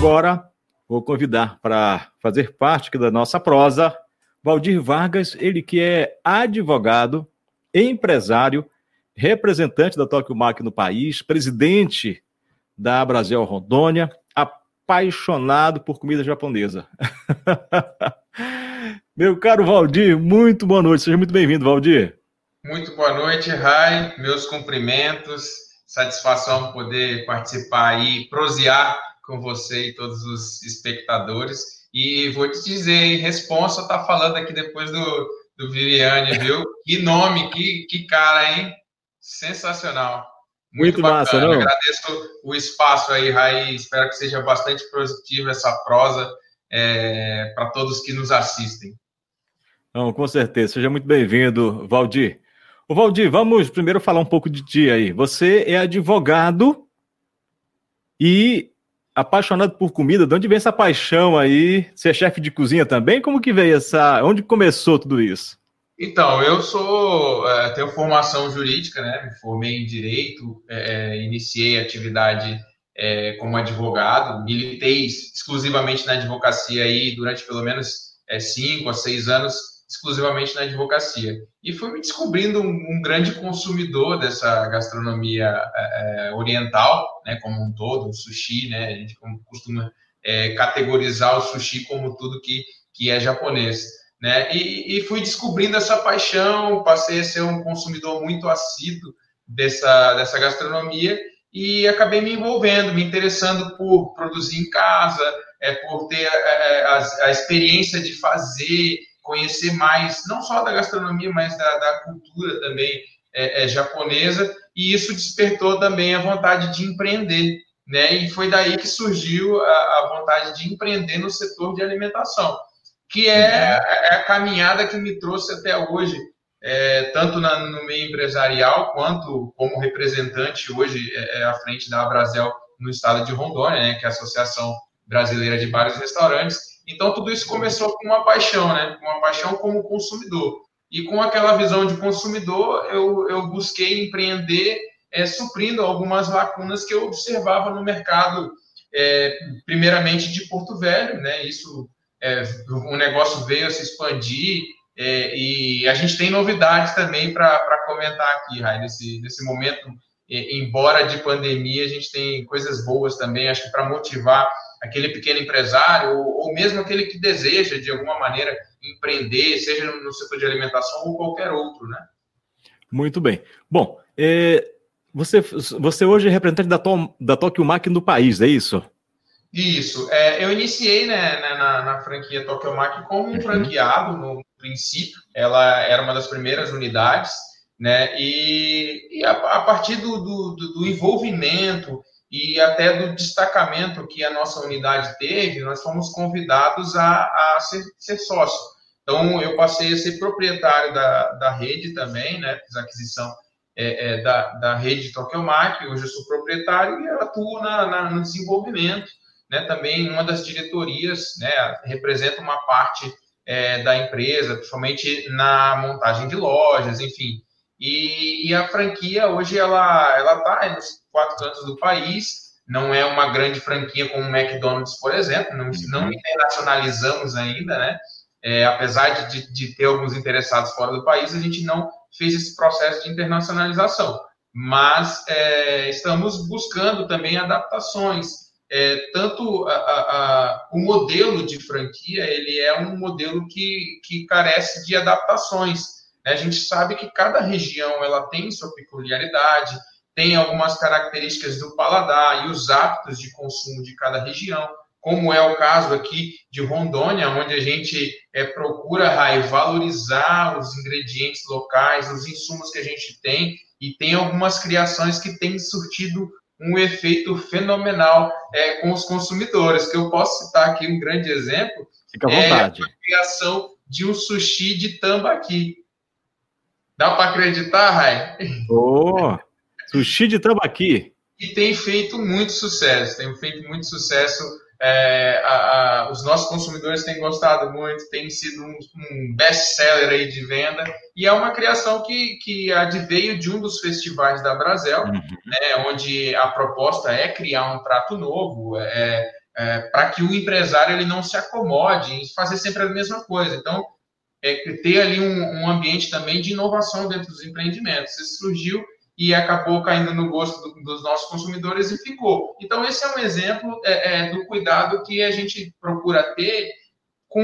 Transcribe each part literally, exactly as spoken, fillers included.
agora vou convidar para fazer parte aqui da nossa prosa Valdir Vargas, ele que é advogado, empresário, representante da Tóquio Mac no país, presidente da Brasel Rondônia, apaixonado por comida japonesa. Meu caro Valdir, muito boa noite, seja muito bem-vindo, Valdir. Muito boa noite, Rai, meus cumprimentos, satisfação poder participar e prosear com você e todos os espectadores. E vou te dizer, Responsa tá falando aqui depois do, do Viviane, viu? Que nome, que, que cara, hein? Sensacional. Muito, muito bacana. Massa, não? Agradeço o espaço aí, Rai. Espero que seja bastante positiva essa prosa é, para todos que nos assistem. Não, com certeza. Seja muito bem-vindo, Valdir. Ô, Valdir, vamos primeiro falar um pouco de ti aí. Você é advogado e apaixonado por comida. De onde vem essa paixão aí? Você é chefe de cozinha também? Como que veio essa... Onde começou tudo isso? Então, eu sou... É, tenho formação jurídica, né? Me formei em Direito, é, iniciei atividade é, como advogado, militei exclusivamente na advocacia aí durante pelo menos é, cinco a seis anos, exclusivamente na advocacia. E fui me descobrindo um, um grande consumidor dessa gastronomia é, oriental, né, como um todo, o sushi, né, a gente costuma é, categorizar o sushi como tudo que, que é japonês, né, e, e fui descobrindo essa paixão, passei a ser um consumidor muito assíduo dessa, dessa gastronomia e acabei me envolvendo, me interessando por produzir em casa, é, por ter é, a, a experiência de fazer, conhecer mais, não só da gastronomia, mas da, da cultura também é, é, japonesa, e isso despertou também a vontade de empreender, né? E foi daí que surgiu a, a vontade de empreender no setor de alimentação, que é, é a caminhada que me trouxe até hoje, é, tanto na, no meio empresarial, quanto como representante hoje é, à frente da Brasel no estado de Rondônia, né? Que é a Associação Brasileira de Bares e Restaurantes. Então, tudo isso começou com uma paixão, né? Uma paixão como consumidor. E com aquela visão de consumidor, eu, eu busquei empreender, é, suprindo algumas lacunas que eu observava no mercado, é, primeiramente de Porto Velho, né? Isso, é, o negócio veio a se expandir, é, e a gente tem novidades também para comentar aqui, Rai, nesse, nesse momento, é, embora de pandemia, a gente tem coisas boas também, acho que para motivar aquele pequeno empresário, ou, ou mesmo aquele que deseja, de alguma maneira, empreender, seja no setor de alimentação ou qualquer outro, né? Muito bem. Bom, é, você, você hoje é representante da, to, da Tóquio Mac no país, é isso? Isso. É, eu iniciei, né, na, na franquia Tóquio Mac como um uhum. franqueado, no princípio. Ela era uma das primeiras unidades, né? E, e a, a partir do, do, do envolvimento e até do destacamento que a nossa unidade teve, nós fomos convidados a, a ser, ser sócio. Então, eu passei a ser proprietário da, da rede também, né? Fiz a aquisição é, é, da, da rede Tóquio Mac, hoje eu sou proprietário e eu atuo na, na, no desenvolvimento, né? Também uma das diretorias, né? Representa uma parte é, da empresa, principalmente na montagem de lojas, enfim. E, e a franquia hoje ela ela está nos quatro cantos do país. Não é uma grande franquia como o McDonald's, por exemplo. Não, não internacionalizamos ainda, né? É, apesar de, de ter alguns interessados fora do país, a gente não fez esse processo de internacionalização. Mas é, estamos buscando também adaptações. É, tanto a, a, a, o modelo de franquia, ele é um modelo que, que carece de adaptações. A gente sabe que cada região ela tem sua peculiaridade, tem algumas características do paladar e os hábitos de consumo de cada região, como é o caso aqui de Rondônia, onde a gente é, procura, Rai, valorizar os ingredientes locais, os insumos que a gente tem, e tem algumas criações que têm surtido um efeito fenomenal é, com os consumidores, que eu posso citar aqui um grande exemplo. Fica à vontade. É a criação de um sushi de tambaqui. Dá para acreditar, Rai? Oh, sushi de tambaqui. E tem feito muito sucesso, tem feito muito sucesso. É, a, a, os nossos consumidores têm gostado muito, tem sido um, um best-seller aí de venda. E é uma criação que, que adveio de um dos festivais da Brasel, uhum. né, onde a proposta é criar um prato novo, é, é, para que o empresário ele não se acomode em fazer sempre a mesma coisa. Então, é, ter ali um, um ambiente também de inovação dentro dos empreendimentos. Isso surgiu e acabou caindo no gosto do, dos nossos consumidores e ficou. Então, esse é um exemplo é, é, do cuidado que a gente procura ter com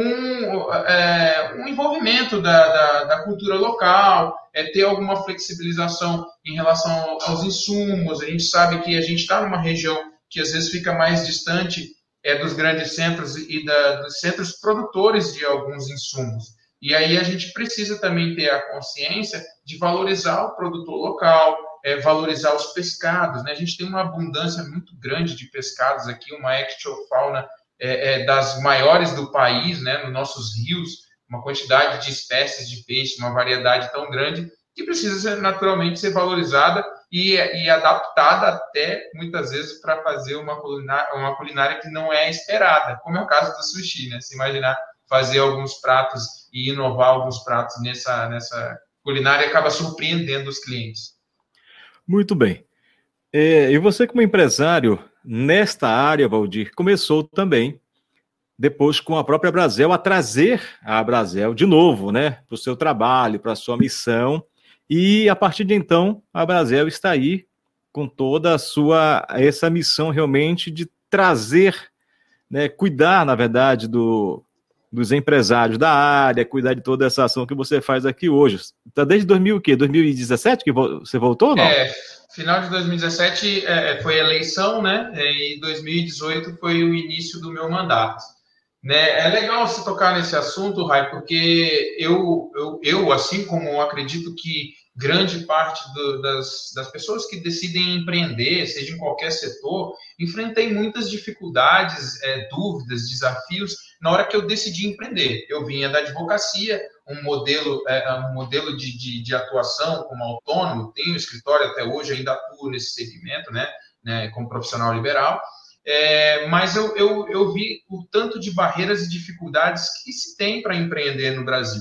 é, um envolvimento da, da, da cultura local, é, ter alguma flexibilização em relação aos insumos. A gente sabe que a gente está numa região que às vezes fica mais distante é, dos grandes centros e da, dos centros produtores de alguns insumos. E aí a gente precisa também ter a consciência de valorizar o produtor local, é, valorizar os pescados, né? A gente tem uma abundância muito grande de pescados aqui, uma ictiofauna É, é, das maiores do país, né, nos nossos rios, uma quantidade de espécies de peixe, uma variedade tão grande, que precisa ser, naturalmente ser valorizada e, e adaptada até, muitas vezes, para fazer uma culinária, uma culinária que não é esperada, como é o caso do sushi, né? Se imaginar fazer alguns pratos e inovar alguns pratos nessa, nessa culinária, acaba surpreendendo os clientes. Muito bem. É, e você, como empresário, nesta área, Valdir, começou também, depois com a própria Brasel, a trazer a Brasel de novo, né, para o seu trabalho, para a sua missão, e a partir de então, a Brasel está aí com toda a sua, essa missão realmente de trazer, né, cuidar, na verdade, do, dos empresários da área, cuidar de toda essa ação que você faz aqui hoje. Está desde dois mil, o quê? dois mil e dezessete que você voltou ou não? É, final de dois mil e dezessete é, foi a eleição, né? E dois mil e dezoito foi o início do meu mandato. Né? É legal você tocar nesse assunto, Rai, porque eu, eu, eu, assim como acredito que grande parte do, das, das pessoas que decidem empreender, seja em qualquer setor, enfrentei muitas dificuldades, é, dúvidas, desafios na hora que eu decidi empreender. Eu vinha da advocacia, um modelo, é, um modelo de, de, de atuação como autônomo, tenho escritório até hoje, ainda atuo nesse segmento, né, né, como profissional liberal, é, mas eu, eu, eu vi o tanto de barreiras e dificuldades que se tem para empreender no Brasil.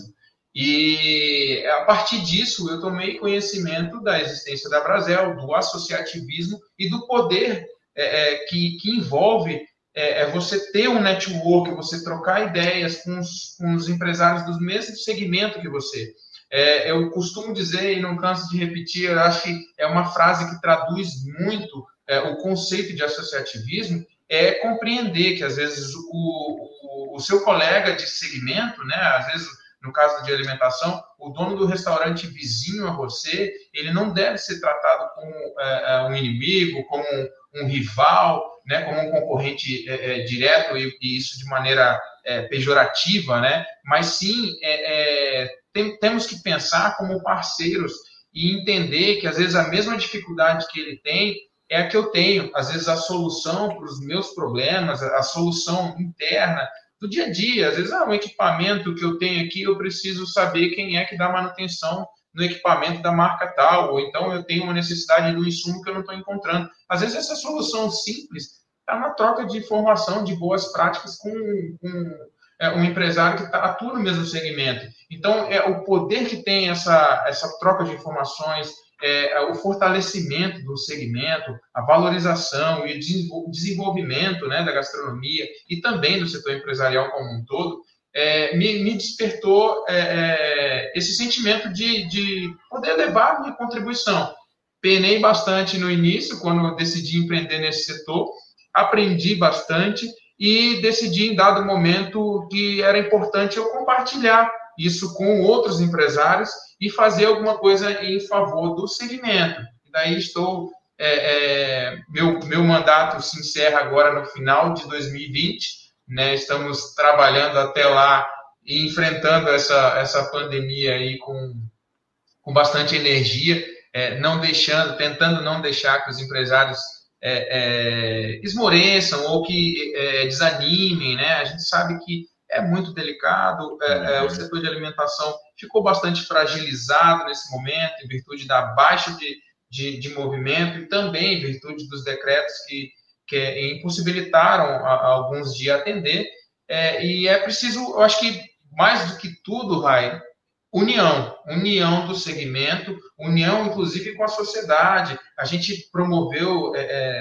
E a partir disso eu tomei conhecimento da existência da Brasel, do associativismo e do poder é, é, que, que envolve é, é você ter um network, você trocar ideias com os, com os empresários do mesmo segmento que você. É, eu costumo dizer, e não canso de repetir, eu acho que é uma frase que traduz muito é, o conceito de associativismo, é compreender que às vezes o, o, o seu colega de segmento, né, às vezes no caso de alimentação, o dono do restaurante vizinho a você, ele não deve ser tratado como é, um inimigo, como um, um rival, né, como um concorrente é, é, direto, e, e isso de maneira é, pejorativa, né, mas sim é, é, tem, temos que pensar como parceiros e entender que, às vezes, a mesma dificuldade que ele tem é a que eu tenho. Às vezes, a solução para os meus problemas, a solução interna, do dia a dia, às vezes, ah, um equipamento que eu tenho aqui, eu preciso saber quem é que dá manutenção no equipamento da marca tal, ou então eu tenho uma necessidade do insumo que eu não estou encontrando. Às vezes, essa solução simples está na troca de informação, de boas práticas com, com é, um empresário que tá, atua no mesmo segmento. Então, é o poder que tem essa, essa troca de informações, é, o fortalecimento do segmento, a valorização e o desenvolvimento, né, da gastronomia e também do setor empresarial como um todo, é, me, me despertou é, é, esse sentimento de, de poder levar a minha contribuição. Penei bastante no início, quando eu decidi empreender nesse setor, aprendi bastante e decidi, em dado momento, que era importante eu compartilhar isso com outros empresários e fazer alguma coisa em favor do segmento. E daí estou, é, é, meu, meu mandato se encerra agora no final de dois mil e vinte, né? Estamos trabalhando até lá e enfrentando essa, essa pandemia aí com, com bastante energia, é, não deixando, tentando não deixar que os empresários é, é, esmoreçam ou que é, desanimem, né? A gente sabe que é muito delicado, é, é, o setor de alimentação ficou bastante fragilizado nesse momento, em virtude da baixa de, de, de movimento e também em virtude dos decretos que, que impossibilitaram a, a alguns de atender. É, e é preciso, eu acho que mais do que tudo, Rai, união, união do segmento, união inclusive com a sociedade. A gente promoveu é,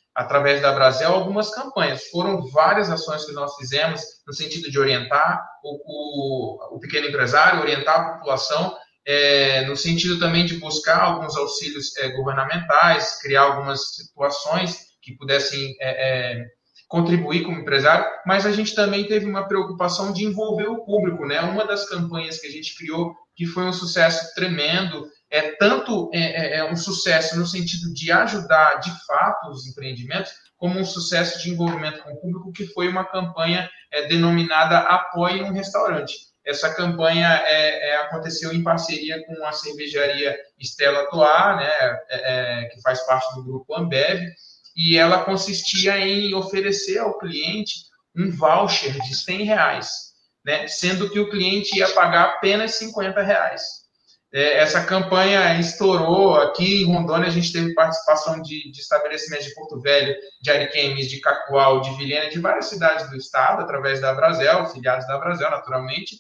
através da Brasel, algumas campanhas. Foram várias ações que nós fizemos no sentido de orientar o, o, o pequeno empresário, orientar a população, é, no sentido também de buscar alguns auxílios é, governamentais, criar algumas situações que pudessem é, é, contribuir como empresário, mas a gente também teve uma preocupação de envolver o público, né? Uma das campanhas que a gente criou, que foi um sucesso tremendo, é tanto é, é um sucesso no sentido de ajudar de fato os empreendimentos, como um sucesso de envolvimento com o público, que foi uma campanha é, denominada Apoie um Restaurante. Essa campanha é, é, aconteceu em parceria com a cervejaria Stella Artois, né, é, é, que faz parte do grupo Ambev, e ela consistia em oferecer ao cliente um voucher de cem reais, né, sendo que o cliente ia pagar apenas cinquenta reais. Essa campanha estourou aqui em Rondônia. A gente teve participação de, de estabelecimentos de Porto Velho, de Ariquemes, de Cacoal, de Vilhena, de várias cidades do estado, através da Brasel, filiados da Brasel, naturalmente,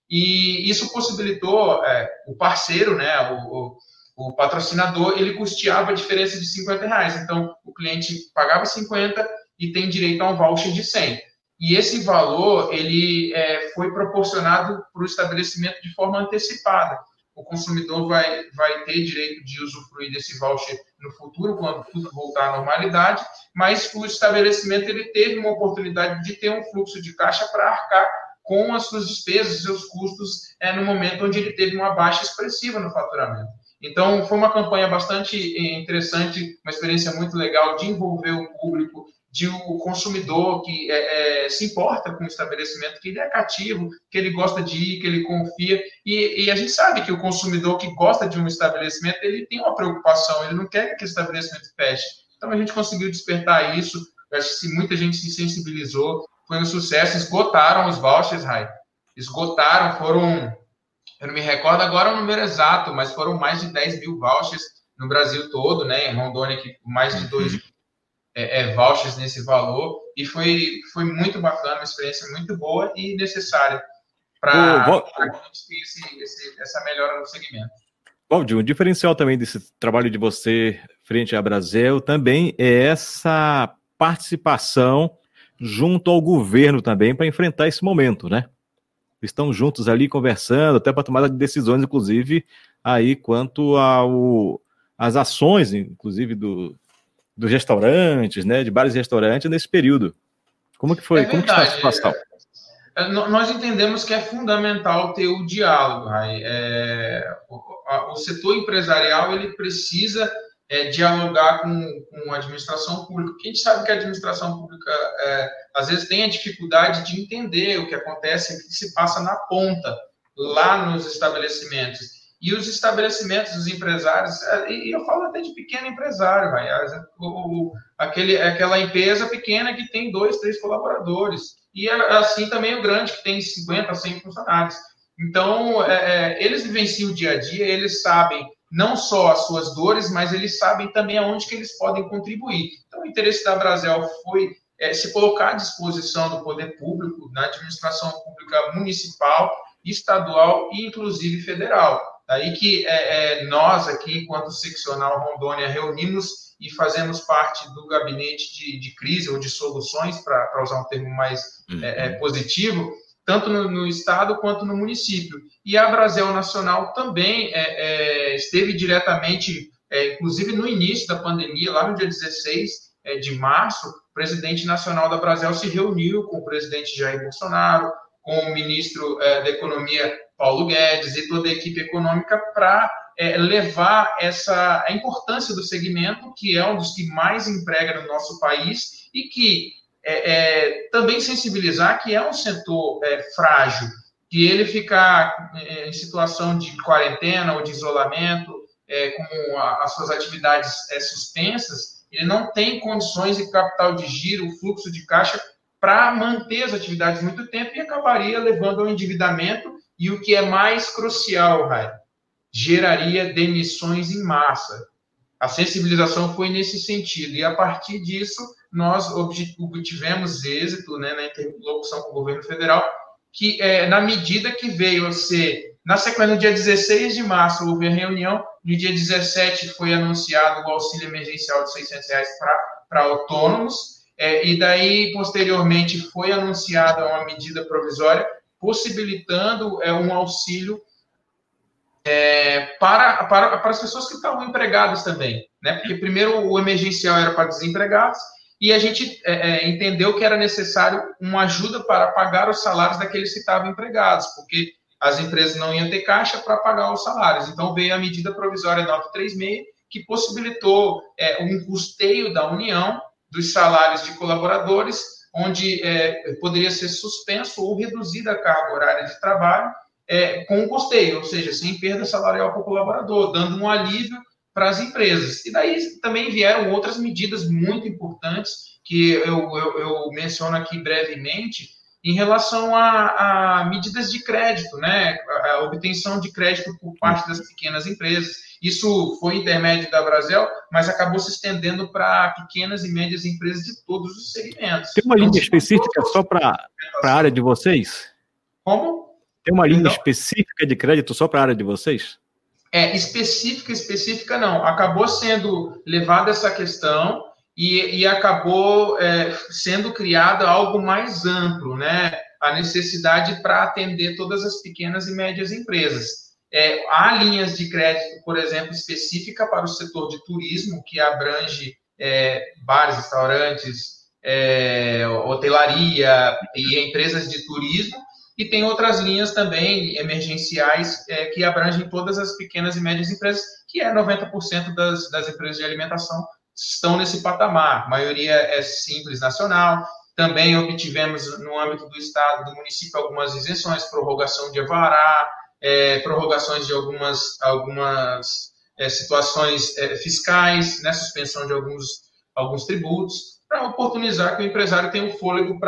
e isso possibilitou é, o parceiro, né, o, o, o patrocinador, ele custeava a diferença de cinquenta reais. Então, o cliente pagava cinquenta e tem direito a um voucher de cem. E esse valor ele é, foi proporcionado para o estabelecimento de forma antecipada. O consumidor vai, vai ter direito de usufruir desse voucher no futuro, quando tudo voltar à normalidade, mas o estabelecimento ele teve uma oportunidade de ter um fluxo de caixa para arcar com as suas despesas, seus custos, é, no momento onde ele teve uma baixa expressiva no faturamento. Então, foi uma campanha bastante interessante, uma experiência muito legal de envolver o público, de o consumidor que é, é, se importa com o estabelecimento, que ele é cativo, que ele gosta de ir, que ele confia. E, e a gente sabe que o consumidor que gosta de um estabelecimento, ele tem uma preocupação, ele não quer que aquele estabelecimento feche. Então, a gente conseguiu despertar isso. Eu acho que muita gente se sensibilizou. Foi um sucesso. Esgotaram os vouchers, Rai. Esgotaram, foram... Eu não me recordo agora o número exato, mas foram mais de dez mil vouchers no Brasil todo, né? Em Rondônia, que mais de dois É, é, vouchers nesse valor, e foi, foi muito bacana, uma experiência muito boa e necessária para Val... a gente ter esse, esse, essa melhora no segmento. Valdir, um diferencial também desse trabalho de você frente à Brasel também é essa participação junto ao governo também para enfrentar esse momento, né? Estão juntos ali conversando, até para tomada de decisões, inclusive, aí quanto ao, às ações, inclusive, do dos restaurantes, né, de bares e restaurantes nesse período. Como que foi? É Como que está a situação? É, é, nós entendemos que é fundamental ter o diálogo, Rai. É, o, a, o setor empresarial ele precisa é, dialogar com, com a administração pública, porque a gente sabe que a administração pública é, às vezes tem a dificuldade de entender o que acontece, o que se passa na ponta, lá nos estabelecimentos. E os estabelecimentos, os empresários, e eu falo até de pequeno empresário, vai, o, aquele, aquela empresa pequena que tem dois, três colaboradores, e assim também o grande, que tem cinquenta, cem funcionários. Então, é, eles vivenciam o dia a dia, eles sabem não só as suas dores, mas eles sabem também aonde que eles podem contribuir. Então, o interesse da Brasel foi é, se colocar à disposição do poder público, na administração pública municipal, estadual e, inclusive, federal. Daí que é, é, nós aqui, enquanto seccional Rondônia, reunimos e fazemos parte do gabinete de, de crise ou de soluções, para usar um termo mais é, é, positivo, tanto no, no estado quanto no município. E a Brasel Nacional também é, é, esteve diretamente, é, inclusive no início da pandemia, lá no dia dezesseis é, de março, o presidente nacional da Brasel se reuniu com o presidente Jair Bolsonaro, com o ministro é, da Economia, Paulo Guedes, e toda a equipe econômica para é, levar essa, a importância do segmento, que é um dos que mais emprega no nosso país, e que é, é, também sensibilizar que é um setor é, frágil, que ele ficar é, em situação de quarentena ou de isolamento, é, com a, as suas atividades é, suspensas, ele não tem condições de capital de giro, fluxo de caixa, para manter as atividades muito tempo, e acabaria levando ao endividamento, e o que é mais crucial, Rai, geraria demissões em massa. A sensibilização foi nesse sentido, e a partir disso nós obtivemos êxito, né, na interlocução com o governo federal, que é, na medida que veio a ser, na sequência, no dia dezesseis de março houve a reunião, no dia dezessete foi anunciado o auxílio emergencial de seiscentos reais para autônomos, é, e daí, posteriormente, foi anunciada uma medida provisória possibilitando é, um auxílio é, para, para, para as pessoas que estavam empregadas também, né? Porque primeiro o emergencial era para desempregados, e a gente é, é, entendeu que era necessário uma ajuda para pagar os salários daqueles que estavam empregados, porque as empresas não iam ter caixa para pagar os salários. Então, veio a medida provisória nove três seis, que possibilitou é, um custeio da União dos salários de colaboradores, onde é, poderia ser suspenso ou reduzida a carga horária de trabalho é, com um custeio, ou seja, sem perda salarial para o colaborador, dando um alívio para as empresas. E daí também vieram outras medidas muito importantes, que eu, eu, eu menciono aqui brevemente, em relação a, a medidas de crédito, né? A obtenção de crédito por parte das pequenas empresas. Isso foi intermédio da Brasel, mas acabou se estendendo para pequenas e médias empresas de todos os segmentos. Tem uma linha então, específica só para a área de vocês? Como? Tem uma linha então, específica de crédito só para a área de vocês? É, específica, específica não. Acabou sendo levada essa questão e, e acabou é, sendo criado algo mais amplo, né? A necessidade para atender todas as pequenas e médias empresas. É, há linhas de crédito, por exemplo, específica para o setor de turismo, que abrange é, bares, restaurantes, é, hotelaria e empresas de turismo, e tem outras linhas também emergenciais é, que abrangem todas as pequenas e médias empresas, que é noventa por cento das, das empresas de alimentação estão nesse patamar. A maioria é simples nacional. Também obtivemos, no âmbito do Estado, do município, algumas isenções, prorrogação de alvará, é, prorrogações de algumas, algumas é, situações é, fiscais, né, suspensão de alguns, alguns tributos, para oportunizar que o empresário tenha o fôlego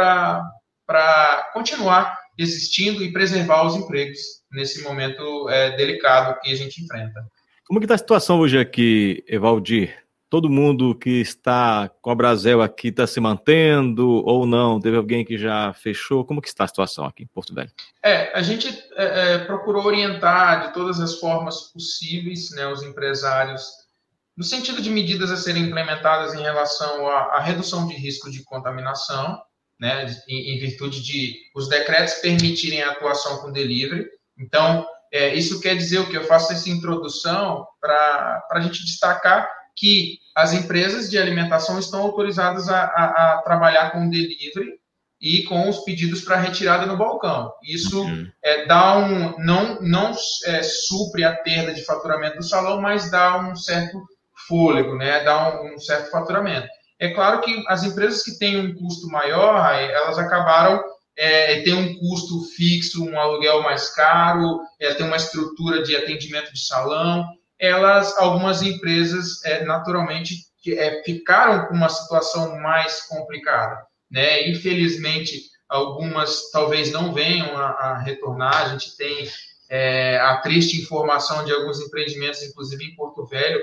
para continuar existindo e preservar os empregos nesse momento é, delicado que a gente enfrenta. Como que está a situação hoje aqui, Evaldir? Todo mundo que está com a Brasel aqui está se mantendo ou não? Teve alguém que já fechou? Como que está a situação aqui em Porto Velho? É, a gente é, é, procurou orientar de todas as formas possíveis, né, os empresários, no sentido de medidas a serem implementadas em relação à, à redução de risco de contaminação, né, em, em virtude de os decretos permitirem a atuação com delivery. Então, é, isso quer dizer o que? Eu faço essa introdução para a gente destacar que as empresas de alimentação estão autorizadas a, a, a trabalhar com delivery e com os pedidos para retirada no balcão. Isso uhum. é, dá um, não, não é, supre a perda de faturamento do salão, mas dá um certo fôlego, né? Dá um, um certo faturamento. É claro que as empresas que têm um custo maior, elas acabaram é, têm um custo fixo, um aluguel mais caro, é, tem uma estrutura de atendimento de salão. Elas, algumas empresas, é, naturalmente, é, ficaram com uma situação mais complicada, né? Infelizmente, algumas talvez não venham a, a retornar. A gente tem é, a triste informação de alguns empreendimentos, inclusive em Porto Velho,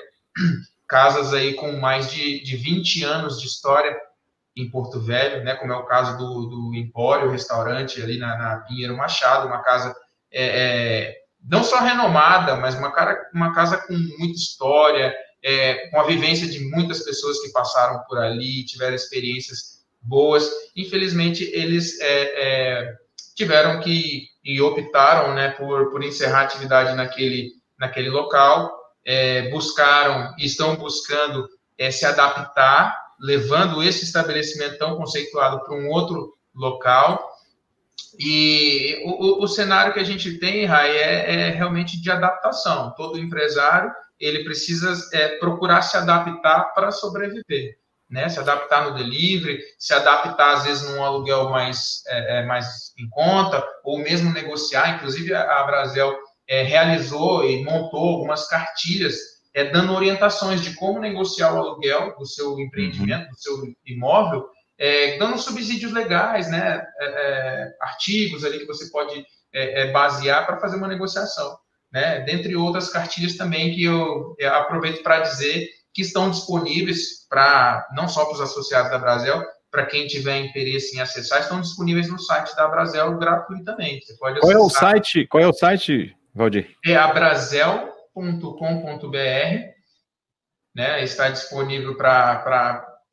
casas aí com mais de, de vinte anos de história em Porto Velho, né? Como é o caso do, do Empório, restaurante ali na, na Pinheiro Machado, uma casa... É, é, não só renomada, mas uma, cara, uma casa com muita história, é, com a vivência de muitas pessoas que passaram por ali, tiveram experiências boas. Infelizmente, eles é, é, tiveram que, e optaram, né, por, por encerrar a atividade naquele, naquele local, é, buscaram e estão buscando é, se adaptar, levando esse estabelecimento tão conceituado para um outro local. E o, o cenário que a gente tem, Rai, é, é realmente de adaptação. Todo empresário ele precisa é, procurar se adaptar para sobreviver, né? Se adaptar no delivery, se adaptar, às vezes, num aluguel mais, é, é, mais em conta, ou mesmo negociar. Inclusive, a Brasel é, realizou e montou algumas cartilhas é, dando orientações de como negociar o aluguel do seu empreendimento, do seu imóvel, É, dando subsídios legais, né, é, é, artigos ali que você pode é, é, basear para fazer uma negociação, né, dentre outras cartilhas também que eu, eu aproveito para dizer que estão disponíveis para, não só para os associados da Brasel, para quem tiver interesse em acessar, estão disponíveis no site da Brasel gratuitamente. Você pode qual é o site, qual é o site, Valdir? É a brasel ponto com ponto b r, né, está disponível para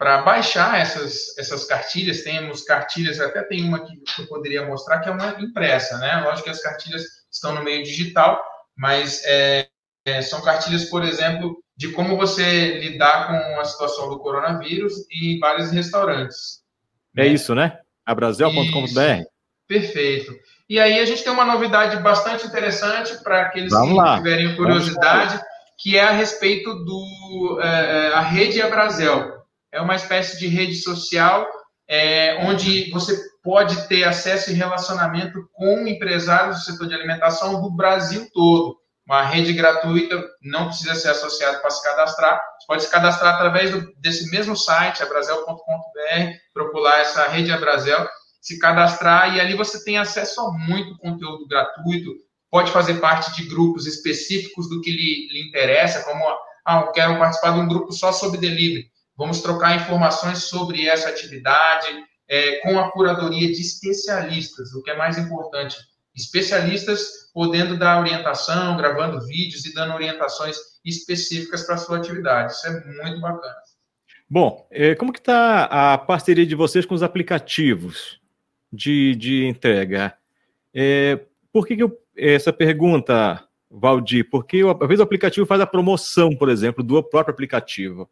para baixar essas, essas cartilhas. Temos cartilhas, até tem uma que eu poderia mostrar, que é uma impressa, né? Lógico que as cartilhas estão no meio digital, mas é, é, são cartilhas, por exemplo, de como você lidar com a situação do coronavírus em bares e restaurantes. É, né? Isso, né? abrazel ponto com ponto b r. Perfeito. E aí a gente tem uma novidade bastante interessante para aqueles Vamos que lá. tiverem curiosidade, que é a respeito do é, a rede Abrazel. É uma espécie de rede social é, onde você pode ter acesso e relacionamento com empresários do setor de alimentação do Brasil todo. Uma rede gratuita, não precisa ser associado para se cadastrar. Você pode se cadastrar através do, desse mesmo site, abrazel ponto com ponto b r, procurar essa rede Abrazel, se cadastrar, e ali você tem acesso a muito conteúdo gratuito, pode fazer parte de grupos específicos do que lhe, lhe interessa, como, ah, eu quero participar de um grupo só sobre delivery, vamos trocar informações sobre essa atividade, é, com a curadoria de especialistas, o que é mais importante, especialistas podendo dar orientação, gravando vídeos e dando orientações específicas para a sua atividade, isso é muito bacana. Bom, como que está a parceria de vocês com os aplicativos de, de entrega? É, por que, que eu, essa pergunta, Valdir? Porque às vezes o aplicativo faz a promoção, por exemplo, do próprio aplicativo.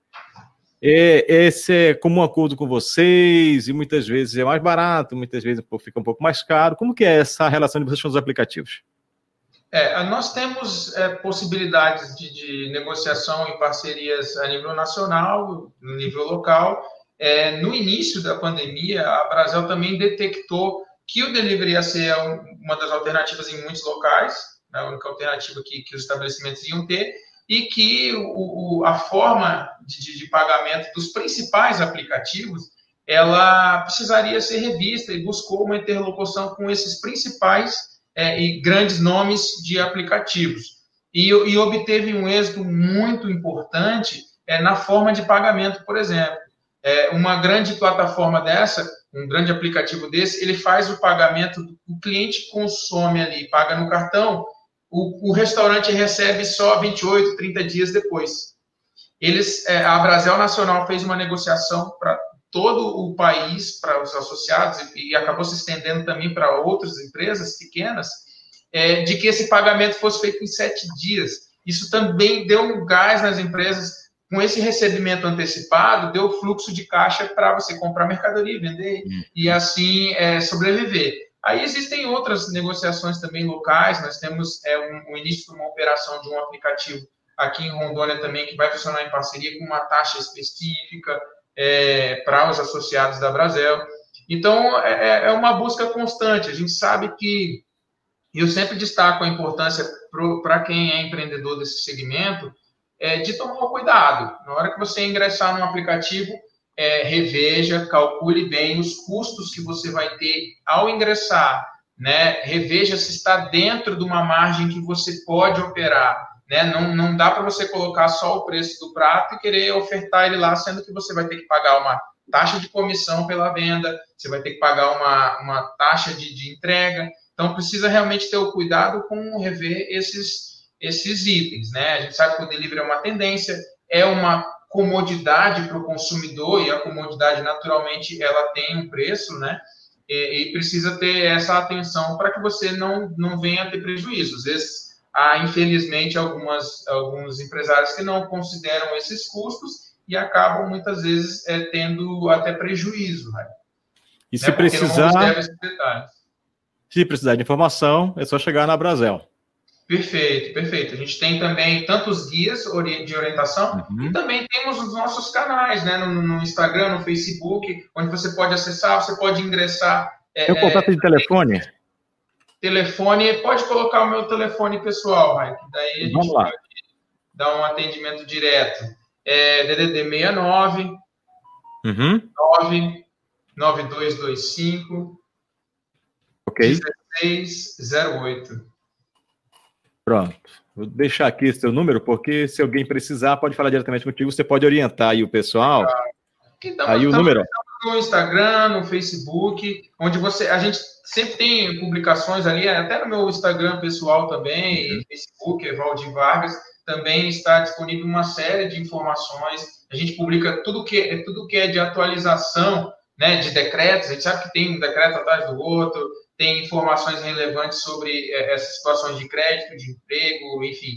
É, esse é comum acordo com vocês e muitas vezes é mais barato, muitas vezes fica um pouco mais caro. Como que é essa relação de vocês com os aplicativos? É, nós temos é, possibilidades de, de negociação e parcerias a nível nacional, no nível local. É, no início da pandemia, a Abrazel também detectou que o delivery ia ser uma das alternativas em muitos locais, né, a única alternativa que, que os estabelecimentos iam ter, e que o, o, a forma de, de pagamento dos principais aplicativos, ela precisaria ser revista e buscou uma interlocução com esses principais é, e grandes nomes de aplicativos. E, e obteve um êxito muito importante é, na forma de pagamento, por exemplo. É, uma grande plataforma dessa, um grande aplicativo desse, ele faz o pagamento, o cliente consome ali, paga no cartão, O, o restaurante recebe só vinte e oito, trinta dias depois. Eles, é, a Abrazel Nacional fez uma negociação para todo o país, para os associados, e, e acabou se estendendo também para outras empresas pequenas, é, de que esse pagamento fosse feito em sete dias. Isso também deu um gás nas empresas. Com esse recebimento antecipado, deu fluxo de caixa para você comprar mercadoria, vender hum. e assim é, sobreviver. Aí existem outras negociações também locais, nós temos é, um, um início de uma operação de um aplicativo aqui em Rondônia também, que vai funcionar em parceria com uma taxa específica é, para os associados da Abrazel. Então, é, é uma busca constante, a gente sabe que, eu sempre destaco a importância para quem é empreendedor desse segmento, é, de tomar cuidado. Na hora que você ingressar no aplicativo, É, reveja, calcule bem os custos que você vai ter ao ingressar, né? Reveja se está dentro de uma margem que você pode operar, né? Não, não dá para você colocar só o preço do prato e querer ofertar ele lá, sendo que você vai ter que pagar uma taxa de comissão pela venda, você vai ter que pagar uma, uma taxa de, de entrega. Então, precisa realmente ter o cuidado com rever esses, esses itens, né? A gente sabe que o delivery é uma tendência, é uma comodidade para o consumidor, e a comodidade, naturalmente, ela tem um preço, né? E, e precisa ter essa atenção para que você não, não venha a ter prejuízo. Às vezes, há, infelizmente, algumas, alguns empresários que não consideram esses custos e acabam, muitas vezes, é, tendo até prejuízo, né? E se né? precisar... Se precisar de informação, é só chegar na Abrazel. Perfeito, perfeito. A gente tem também tantos guias de orientação uhum. e também temos os nossos canais, né? No, no Instagram, no Facebook, onde você pode acessar, você pode ingressar. Tem o contato é, de telefone? Telefone, pode colocar o meu telefone pessoal, Raik, daí a gente Vamos lá. pode dar um atendimento direto. É D D D sessenta e nove, uhum. nove nove dois dois cinco, okay. dezesseis zero oito. Pronto. Vou deixar aqui esse seu número, porque se alguém precisar, pode falar diretamente contigo, você pode orientar aí o pessoal. Então, aí o número. no Instagram, no Facebook, onde você, a gente sempre tem publicações ali, até no meu Instagram pessoal também, uhum. Facebook, é Valdir Vargas, também está disponível uma série de informações. A gente publica tudo que, tudo que é de atualização, né, de decretos. A gente sabe que tem um decreto atrás do outro, tem informações relevantes sobre é, essas situações de crédito, de emprego, enfim.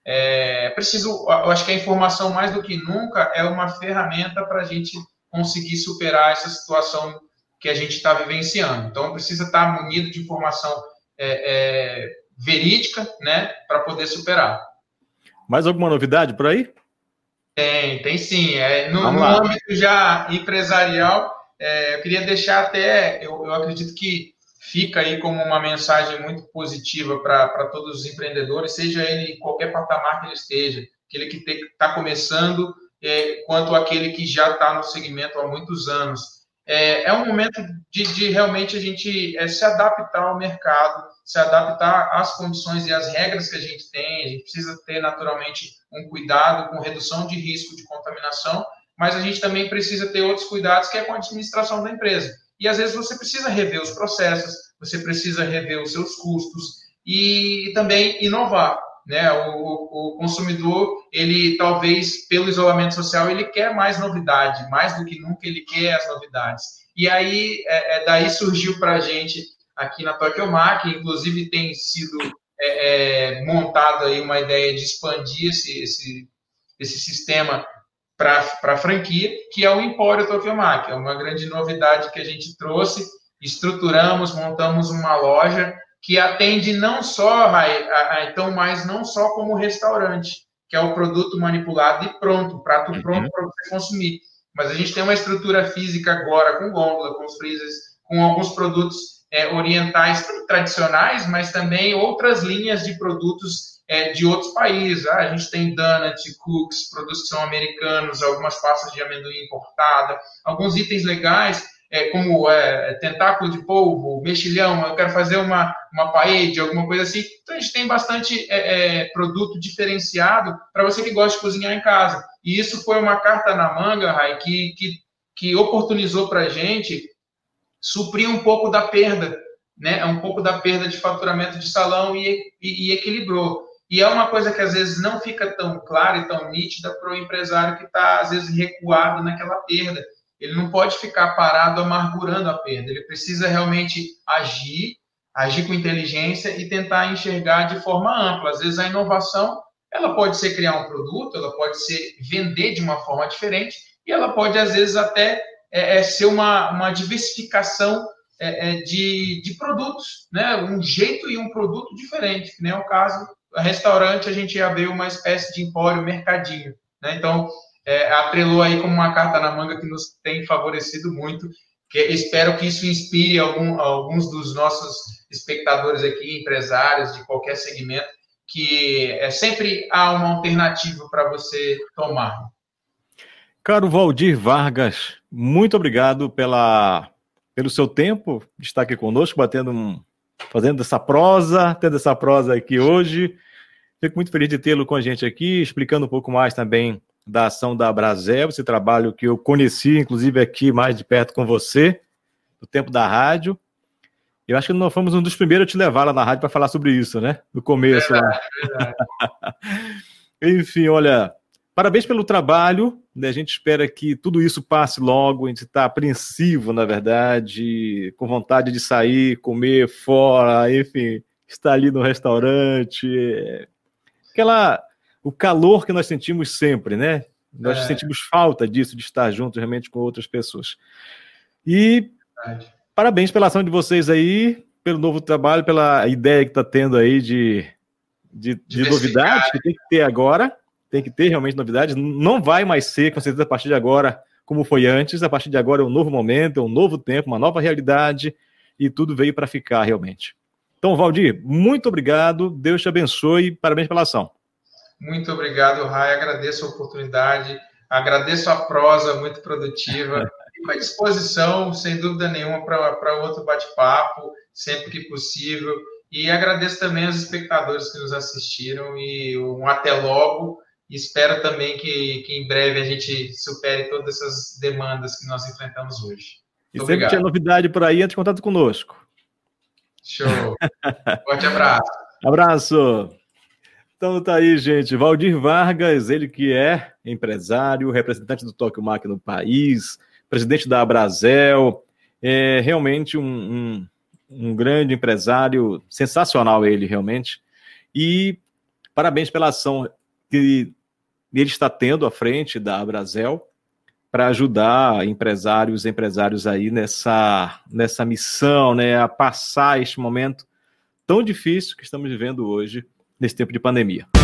É preciso, eu acho que a informação, mais do que nunca, é uma ferramenta para a gente conseguir superar essa situação que a gente está vivenciando. Então, precisa estar munido de informação é, é, verídica, né, para poder superar. Mais alguma novidade por aí? Tem, tem sim. É, no, no âmbito já empresarial, é, eu queria deixar até, eu, eu acredito que fica aí como uma mensagem muito positiva para todos os empreendedores, seja ele em qualquer patamar que ele esteja, aquele que está começando, é, quanto aquele que já está no segmento há muitos anos. É, é um momento de, de realmente a gente é, se adaptar ao mercado, se adaptar às condições e às regras que a gente tem. A gente precisa ter, naturalmente, um cuidado com redução de risco de contaminação, mas a gente também precisa ter outros cuidados, que é com a administração da empresa. E, às vezes, você precisa rever os processos, você precisa rever os seus custos e também inovar. Né? O, o consumidor, ele talvez, pelo isolamento social, ele quer mais novidade, mais do que nunca ele quer as novidades. E aí, é, é, daí surgiu para a gente, aqui na Tokyomark, inclusive tem sido é, é, montada aí uma ideia de expandir esse, esse, esse sistema para a franquia, que é o Empório Tokyomark. É uma grande novidade que a gente trouxe, estruturamos, montamos uma loja que atende não só, então, mas não só como restaurante, que é o produto manipulado e pronto, prato pronto para você consumir. Mas a gente tem uma estrutura física agora, com gôndola, com freezers, com alguns produtos é, orientais tradicionais, mas também outras linhas de produtos é, de outros países. Ah, a gente tem donut, cookies, produtos que são americanos, algumas pastas de amendoim importada, alguns itens legais, É, como é, tentáculo de polvo, mexilhão, eu quero fazer uma, uma paella, alguma coisa assim. Então, a gente tem bastante é, é, produto diferenciado para você que gosta de cozinhar em casa. E isso foi uma carta na manga, Rai, que, que, que oportunizou para a gente suprir um pouco da perda, né? um pouco da perda de faturamento de salão e, e, e equilibrou. E é uma coisa que, às vezes, não fica tão clara e tão nítida para o empresário que está, às vezes, recuado naquela perda. Ele não pode ficar parado amargurando a perda. Ele precisa realmente agir, agir com inteligência e tentar enxergar de forma ampla. Às vezes, a inovação, ela pode ser criar um produto, ela pode ser vender de uma forma diferente e ela pode, às vezes, até é, é, ser uma, uma diversificação é, é, de, de produtos, né? Um jeito e um produto diferente, que nem é o caso do restaurante, a gente abriu uma espécie de empório, mercadinho, né? Então, É, atrelou aí como uma carta na manga que nos tem favorecido muito, que espero que isso inspire algum, alguns dos nossos espectadores aqui, empresários de qualquer segmento, que é, sempre há uma alternativa para você tomar. Caro Valdir Vargas, muito obrigado pela, pelo seu tempo de estar aqui conosco, batendo um, fazendo essa prosa, tendo essa prosa aqui hoje. Fico muito feliz de tê-lo com a gente aqui, explicando um pouco mais também da ação da Abrazel, esse trabalho que eu conheci, inclusive, aqui mais de perto com você, no tempo da rádio. Eu acho que nós fomos um dos primeiros a te levar lá na rádio para falar sobre isso, né? No começo. Verdade, verdade. Enfim, olha, parabéns pelo trabalho, né? A gente espera que tudo isso passe logo, a gente está apreensivo, na verdade, com vontade de sair, comer fora, enfim, estar ali no restaurante, aquela... o calor que nós sentimos sempre, né? Nós é. sentimos falta disso, de estar juntos realmente com outras pessoas. E Verdade. Parabéns pela ação de vocês aí, pelo novo trabalho, pela ideia que está tendo aí de, de, de novidades, que tem que ter agora, tem que ter realmente novidades. Não vai mais ser, com certeza, a partir de agora, como foi antes. A partir de agora é um novo momento, é um novo tempo, uma nova realidade, e tudo veio para ficar realmente. Então, Valdir, muito obrigado, Deus te abençoe, parabéns pela ação. Muito obrigado, Rai. Agradeço a oportunidade, agradeço a prosa muito produtiva e à disposição, sem dúvida nenhuma, para outro bate-papo, sempre que possível. E agradeço também aos espectadores que nos assistiram e um até logo. e espero também que, que em breve a gente supere todas essas demandas que nós enfrentamos hoje. E sempre obrigado. Tinha novidade por aí, entre em contato conosco. Show. Forte abraço. Abraço. Então tá aí, gente. Valdir Vargas, ele que é empresário, representante do Tóquio Mac no país, presidente da Abrazel, é realmente um, um, um grande empresário, sensacional ele realmente. E parabéns pela ação que ele está tendo à frente da Abrazel para ajudar empresários, empresários aí nessa, nessa missão, né, a passar este momento tão difícil que estamos vivendo hoje, nesse tempo de pandemia.